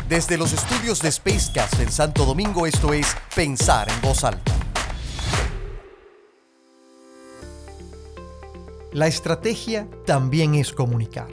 Desde los estudios de Spacecast en Santo Domingo, esto es Pensar en Voz Alta. La estrategia también es comunicar.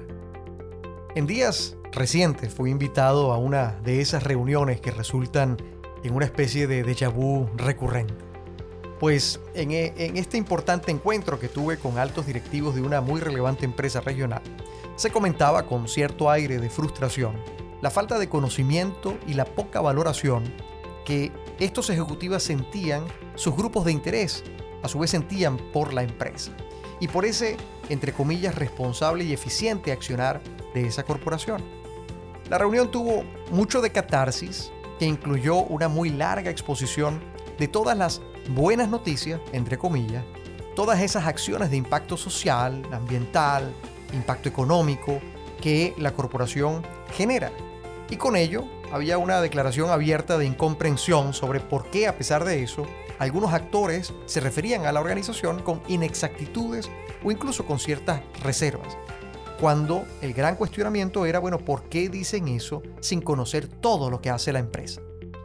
En días recientes fui invitado a una de esas reuniones que resultan en una especie de déjà vu recurrente. Pues en este importante encuentro que tuve con altos directivos de una muy relevante empresa regional, se comentaba con cierto aire de frustración la falta de conocimiento y la poca valoración que estos ejecutivos sentían sus grupos de interés, a su vez sentían por la empresa y por ese, entre comillas, responsable y eficiente accionar de esa corporación. La reunión tuvo mucho de catarsis, que incluyó una muy larga exposición de todas las buenas noticias, entre comillas, todas esas acciones de impacto social, ambiental, impacto económico que la corporación genera. Y con ello había una declaración abierta de incomprensión sobre por qué, a pesar de eso, algunos actores se referían a la organización con inexactitudes o incluso con ciertas reservas. Cuando el gran cuestionamiento era, ¿por qué dicen eso sin conocer todo lo que hace la empresa?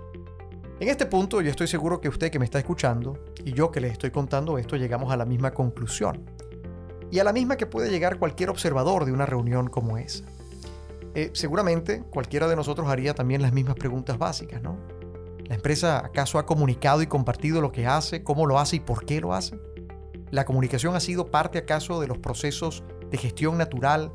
En este punto yo estoy seguro que usted que me está escuchando y yo que les estoy contando esto llegamos a la misma conclusión. Y a la misma que puede llegar cualquier observador de una reunión como esa. Seguramente cualquiera de nosotros haría también las mismas preguntas básicas, ¿no? ¿La empresa acaso ha comunicado y compartido lo que hace, cómo lo hace y por qué lo hace? ¿La comunicación ha sido parte acaso de los procesos de gestión natural,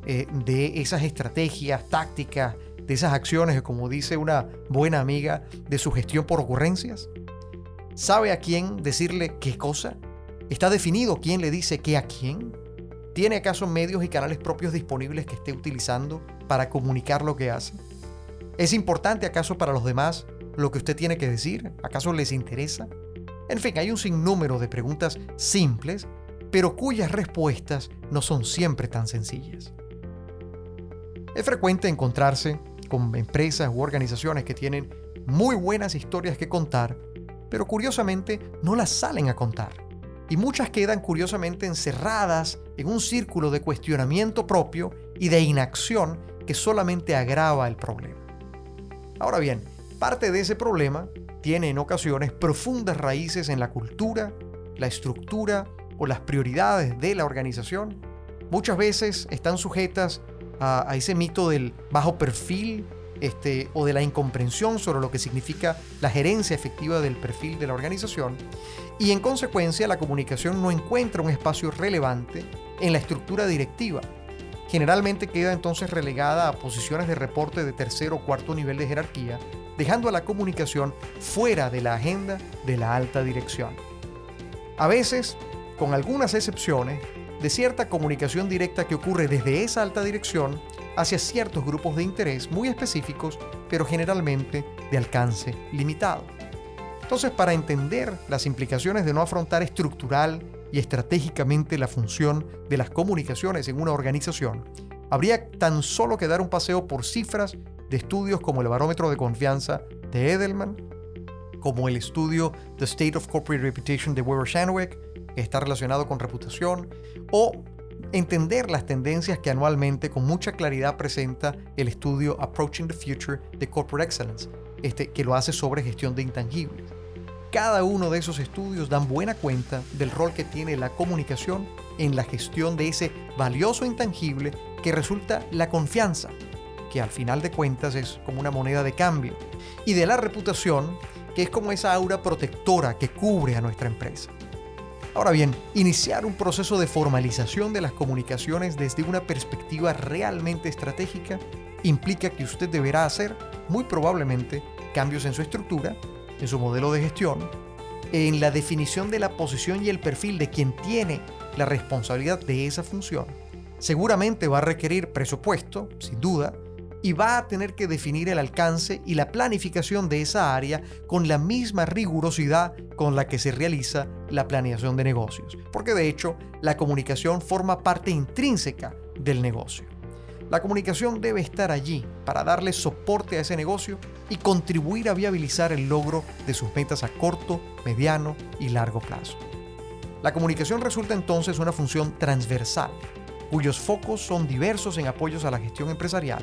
de esas estrategias, tácticas, de esas acciones, como dice una buena amiga, de su gestión por ocurrencias? ¿Sabe a quién decirle qué cosa? ¿Está definido quién le dice qué a quién? ¿Tiene acaso medios y canales propios disponibles que esté utilizando para comunicar lo que hace? ¿Es importante acaso para los demás lo que usted tiene que decir? ¿Acaso les interesa? En fin, hay un sinnúmero de preguntas simples, pero cuyas respuestas no son siempre tan sencillas. Es frecuente encontrarse con empresas u organizaciones que tienen muy buenas historias que contar, pero curiosamente no las salen a contar. Y muchas quedan curiosamente encerradas en un círculo de cuestionamiento propio y de inacción que solamente agrava el problema. Ahora bien, parte de ese problema tiene en ocasiones profundas raíces en la cultura, la estructura o las prioridades de la organización. Muchas veces están sujetas a ese mito del bajo perfil o de la incomprensión sobre lo que significa la gerencia efectiva del perfil de la organización, y en consecuencia la comunicación no encuentra un espacio relevante en la estructura directiva. Generalmente queda entonces relegada a posiciones de reporte de tercer o cuarto nivel de jerarquía, dejando a la comunicación fuera de la agenda de la alta dirección. A veces, con algunas excepciones, de cierta comunicación directa que ocurre desde esa alta dirección hacia ciertos grupos de interés muy específicos, pero generalmente de alcance limitado. Entonces, para entender las implicaciones de no afrontar estructural y estratégicamente la función de las comunicaciones en una organización, habría tan solo que dar un paseo por cifras de estudios como el Barómetro de Confianza de Edelman, como el estudio The State of Corporate Reputation de Weber-Shandwick, que está relacionado con reputación, o entender las tendencias que anualmente con mucha claridad presenta el estudio Approaching the Future de Corporate Excellence, que lo hace sobre gestión de intangibles. Cada uno de esos estudios dan buena cuenta del rol que tiene la comunicación en la gestión de ese valioso intangible que resulta la confianza, que al final de cuentas es como una moneda de cambio, y de la reputación, que es como esa aura protectora que cubre a nuestra empresa. Ahora bien, iniciar un proceso de formalización de las comunicaciones desde una perspectiva realmente estratégica implica que usted deberá hacer, muy probablemente, cambios en su estructura, en su modelo de gestión, en la definición de la posición y el perfil de quien tiene la responsabilidad de esa función. Seguramente va a requerir presupuesto, sin duda, y va a tener que definir el alcance y la planificación de esa área con la misma rigurosidad con la que se realiza la planeación de negocios, porque de hecho la comunicación forma parte intrínseca del negocio. La comunicación debe estar allí para darle soporte a ese negocio y contribuir a viabilizar el logro de sus metas a corto, mediano y largo plazo. La comunicación resulta entonces una función transversal, cuyos focos son diversos en apoyos a la gestión empresarial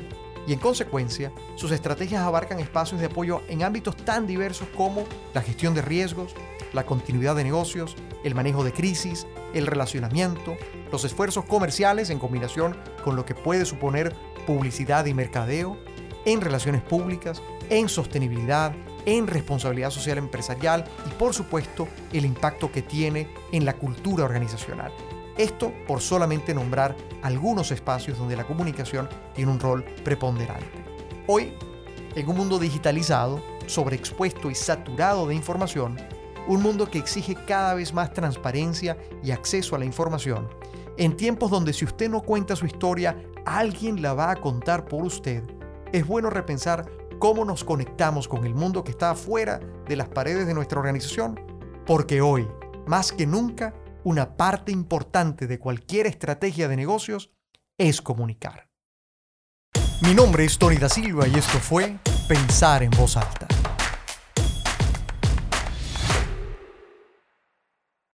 y en consecuencia, sus estrategias abarcan espacios de apoyo en ámbitos tan diversos como la gestión de riesgos, la continuidad de negocios, el manejo de crisis, el relacionamiento, los esfuerzos comerciales en combinación con lo que puede suponer publicidad y mercadeo, en relaciones públicas, en sostenibilidad, en responsabilidad social empresarial y, por supuesto, el impacto que tiene en la cultura organizacional. Esto por solamente nombrar algunos espacios donde la comunicación tiene un rol preponderante. Hoy, en un mundo digitalizado, sobreexpuesto y saturado de información, un mundo que exige cada vez más transparencia y acceso a la información, en tiempos donde si usted no cuenta su historia, alguien la va a contar por usted, es bueno repensar cómo nos conectamos con el mundo que está afuera de las paredes de nuestra organización, porque hoy, más que nunca, una parte importante de cualquier estrategia de negocios es comunicar. Mi nombre es Tony Da Silva y esto fue Pensar en Voz Alta.